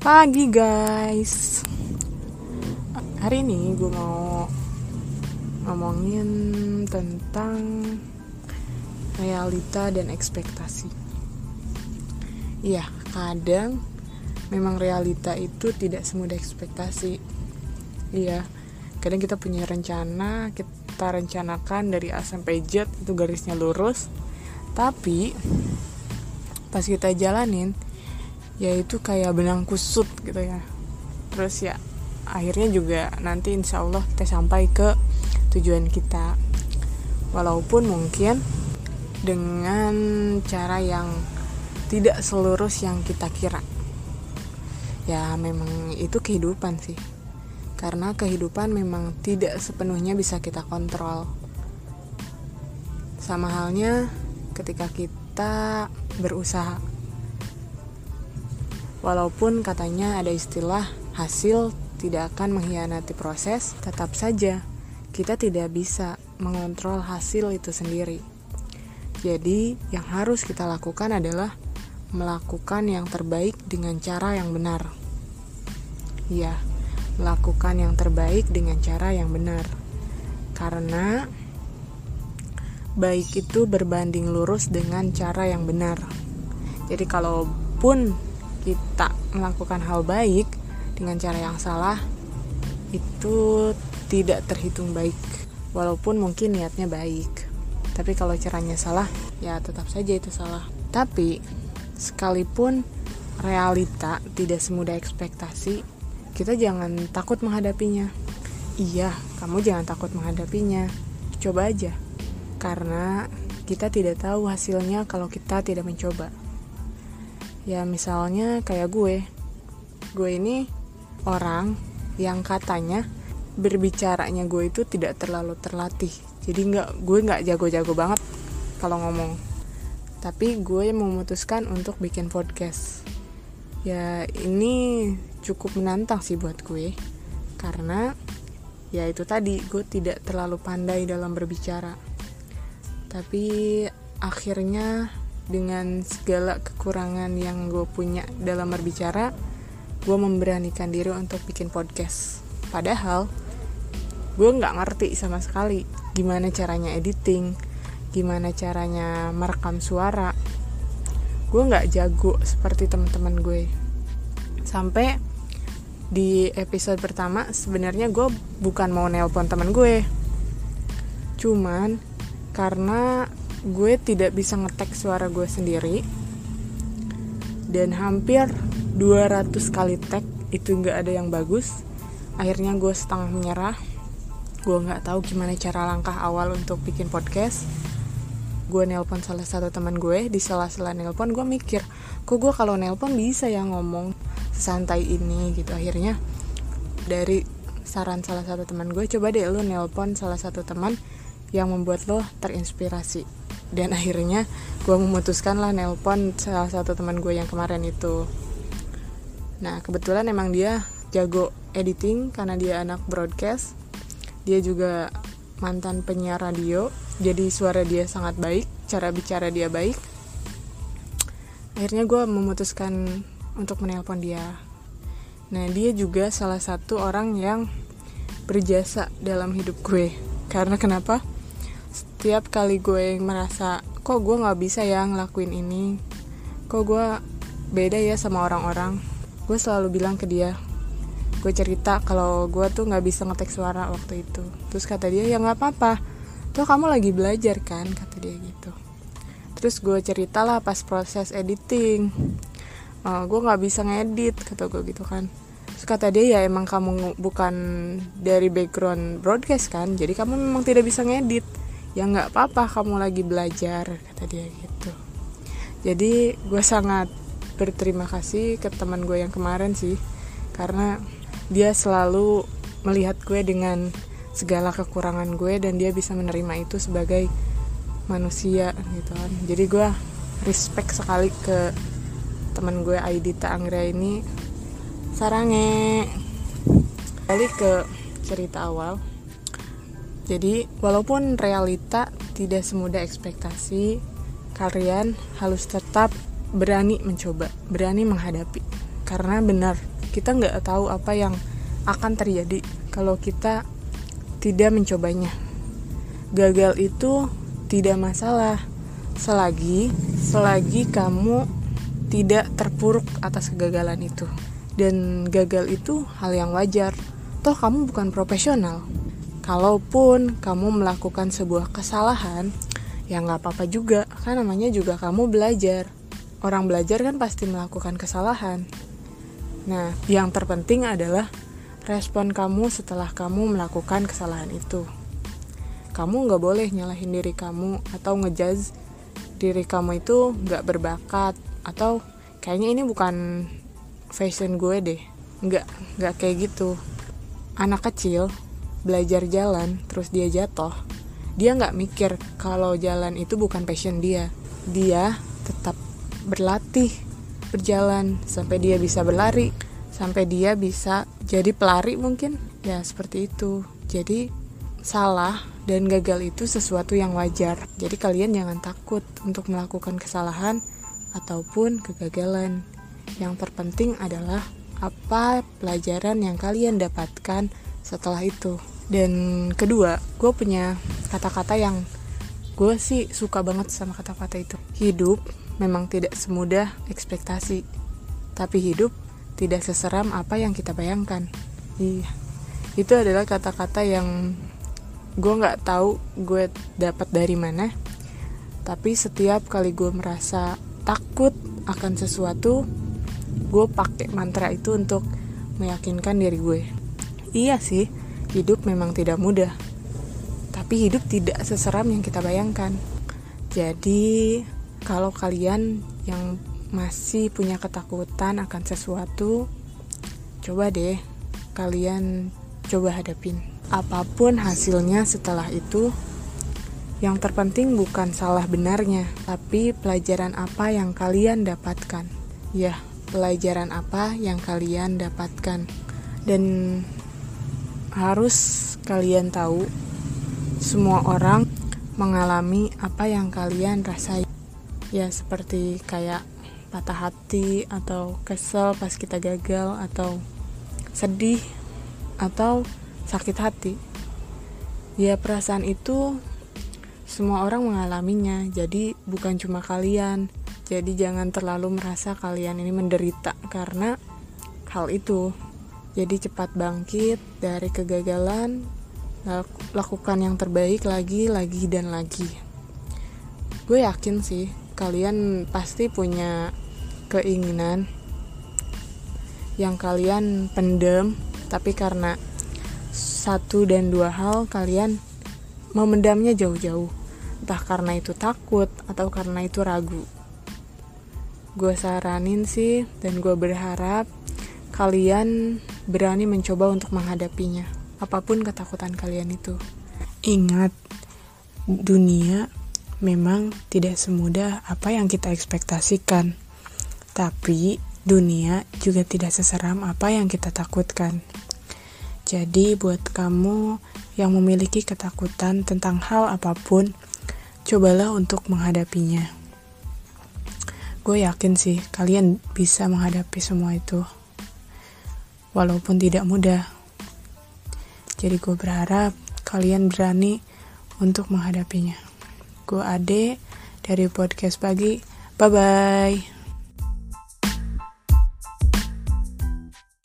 Pagi guys. Hari ini gue mau ngomongin tentang realita dan ekspektasi. Iya, kadang memang realita itu tidak semudah ekspektasi. Iya, kadang kita punya rencana, kita rencanakan dari A sampai Z itu garisnya lurus, tapi pas kita jalanin ya itu kayak benang kusut gitu ya. Terus ya akhirnya juga nanti insya Allah kita sampai ke tujuan kita, walaupun mungkin dengan cara yang tidak selurus yang kita kira. Ya memang itu kehidupan sih, karena kehidupan memang tidak sepenuhnya bisa kita kontrol. Sama halnya ketika kita berusaha, walaupun katanya ada istilah hasil tidak akan mengkhianati proses, tetap saja kita tidak bisa mengontrol hasil itu sendiri. Jadi yang harus kita lakukan adalah melakukan yang terbaik dengan cara yang benar. Ya, melakukan yang terbaik dengan cara yang benar. Karena baik itu berbanding lurus dengan cara yang benar. Jadi kalaupun kita melakukan hal baik dengan cara yang salah, itu tidak terhitung baik, walaupun mungkin niatnya baik. Tapi kalau caranya salah, ya tetap saja itu salah. Tapi sekalipun realita tidak semudah ekspektasi, kita jangan takut menghadapinya. Iya, kamu jangan takut menghadapinya. Coba aja. Karena kita tidak tahu hasilnya kalau kita tidak mencoba. Ya misalnya kayak gue ini orang yang katanya berbicaranya gue itu tidak terlalu terlatih. Jadi gue nggak jago-jago banget kalau ngomong. Tapi gue memutuskan untuk bikin podcast. Ya ini cukup menantang sih buat gue, karena ya itu tadi, gue tidak terlalu pandai dalam berbicara. Tapi akhirnya dengan segala kekurangan yang gue punya dalam berbicara, gue memberanikan diri untuk bikin podcast. Padahal gue gak ngerti sama sekali gimana caranya editing, gimana caranya merekam suara. Gue gak jago seperti teman-teman gue. Sampai di episode pertama sebenarnya gue bukan mau nelpon teman gue, cuman karena gue tidak bisa ngetek suara gue sendiri, dan hampir 200 kali tag itu gak ada yang bagus. Akhirnya gue setengah menyerah. Gue gak tahu gimana cara langkah awal untuk bikin podcast. Gue nelpon salah satu teman gue. Di sela-sela nelpon gue mikir, kok gue kalau nelpon bisa ya ngomong sesantai ini gitu. Akhirnya dari saran salah satu teman gue, coba deh lu nelpon salah satu teman yang membuat lo terinspirasi. Dan akhirnya gue memutuskan lah nelpon salah satu teman gue yang kemarin itu. Nah kebetulan emang dia jago editing karena dia anak broadcast. Dia juga mantan penyiar radio, jadi suara dia sangat baik, cara bicara dia baik. Akhirnya gue memutuskan untuk menelpon dia. Nah dia juga salah satu orang yang berjasa dalam hidup gue. Karena kenapa? Setiap kali gue merasa kok gue gak bisa ya ngelakuin ini, kok gue beda ya sama orang-orang, gue selalu bilang ke dia. Gue cerita kalau gue tuh gak bisa ngetek suara waktu itu. Terus kata dia, ya gak apa-apa, tuh kamu lagi belajar kan, kata dia gitu. Terus gue ceritalah pas proses editing, gue gak bisa ngedit, kata gue gitu kan. Terus kata dia, ya emang kamu bukan dari background broadcast kan, jadi kamu memang tidak bisa ngedit. Ya gak apa-apa, kamu lagi belajar, kata dia gitu. Jadi gue sangat berterima kasih ke teman gue yang kemarin sih, karena dia selalu melihat gue dengan segala kekurangan gue, dan dia bisa menerima itu sebagai manusia gitu kan. Jadi gue respect sekali ke teman gue Aidita Anggra ini. Sarange. Balik ke cerita awal. Jadi walaupun realita tidak semudah ekspektasi, kalian harus tetap berani mencoba, berani menghadapi. Karena benar, Kita nggak tahu apa yang akan terjadi kalau kita tidak mencobanya. Gagal itu tidak masalah selagi kamu tidak terpuruk atas kegagalan itu. Dan gagal itu hal yang wajar. Toh kamu bukan profesional. Kalaupun kamu melakukan sebuah kesalahan, ya nggak apa-apa juga, kan namanya juga kamu belajar. Orang belajar kan pasti melakukan kesalahan. Nah, yang terpenting adalah respon kamu setelah kamu melakukan kesalahan itu. Kamu nggak boleh nyalahin diri kamu atau ngejudge diri kamu itu nggak berbakat atau kayaknya ini bukan fashion gue deh. Nggak kayak gitu. Anak kecil belajar jalan terus dia jatuh, dia nggak mikir kalau jalan itu bukan passion dia. Dia tetap berlatih berjalan sampai dia bisa berlari, sampai dia bisa jadi pelari mungkin. Ya seperti itu. Jadi salah dan gagal itu sesuatu yang wajar. Jadi kalian jangan takut untuk melakukan kesalahan ataupun kegagalan. Yang terpenting adalah apa pelajaran yang kalian dapatkan setelah itu. Dan kedua, gue punya kata-kata yang gue sih suka banget sama kata-kata itu. Hidup memang tidak semudah ekspektasi, tapi hidup tidak seseram apa yang kita bayangkan. Iya, itu adalah kata-kata yang gue nggak tahu gue dapat dari mana. Tapi setiap kali gue merasa takut akan sesuatu, gue pakai mantra itu untuk meyakinkan diri gue. Iya sih, hidup memang tidak mudah, tapi hidup tidak seseram yang kita bayangkan. Jadi kalau kalian yang masih punya ketakutan akan sesuatu, coba deh kalian coba hadapin. Apapun hasilnya setelah itu, yang terpenting bukan salah benarnya, tapi pelajaran apa yang kalian dapatkan. Ya, pelajaran apa yang kalian dapatkan. Dan harus kalian tahu, semua orang mengalami apa yang kalian rasain. Ya seperti kayak patah hati atau kesel pas kita gagal, atau sedih atau sakit hati. Ya perasaan itu semua orang mengalaminya, jadi bukan cuma kalian. Jadi jangan terlalu merasa kalian ini menderita karena hal itu. Jadi cepat bangkit dari kegagalan, lakukan yang terbaik lagi dan lagi. Gue yakin sih kalian pasti punya keinginan yang kalian pendam, tapi karena 1 dan 2 hal kalian memendamnya jauh-jauh. Entah karena itu takut atau karena itu ragu. Gue saranin sih, dan gue berharap kalian berani mencoba untuk menghadapinya, apapun ketakutan kalian itu. Ingat, dunia memang tidak semudah apa yang kita ekspektasikan, tapi dunia juga tidak seseram apa yang kita takutkan. Jadi buat kamu yang memiliki ketakutan tentang hal apapun, cobalah untuk menghadapinya. Gue yakin sih kalian bisa menghadapi semua itu, walaupun tidak mudah. Jadi gue berharap kalian berani untuk menghadapinya. Gue Ade dari Podcast Pagi. Bye-bye.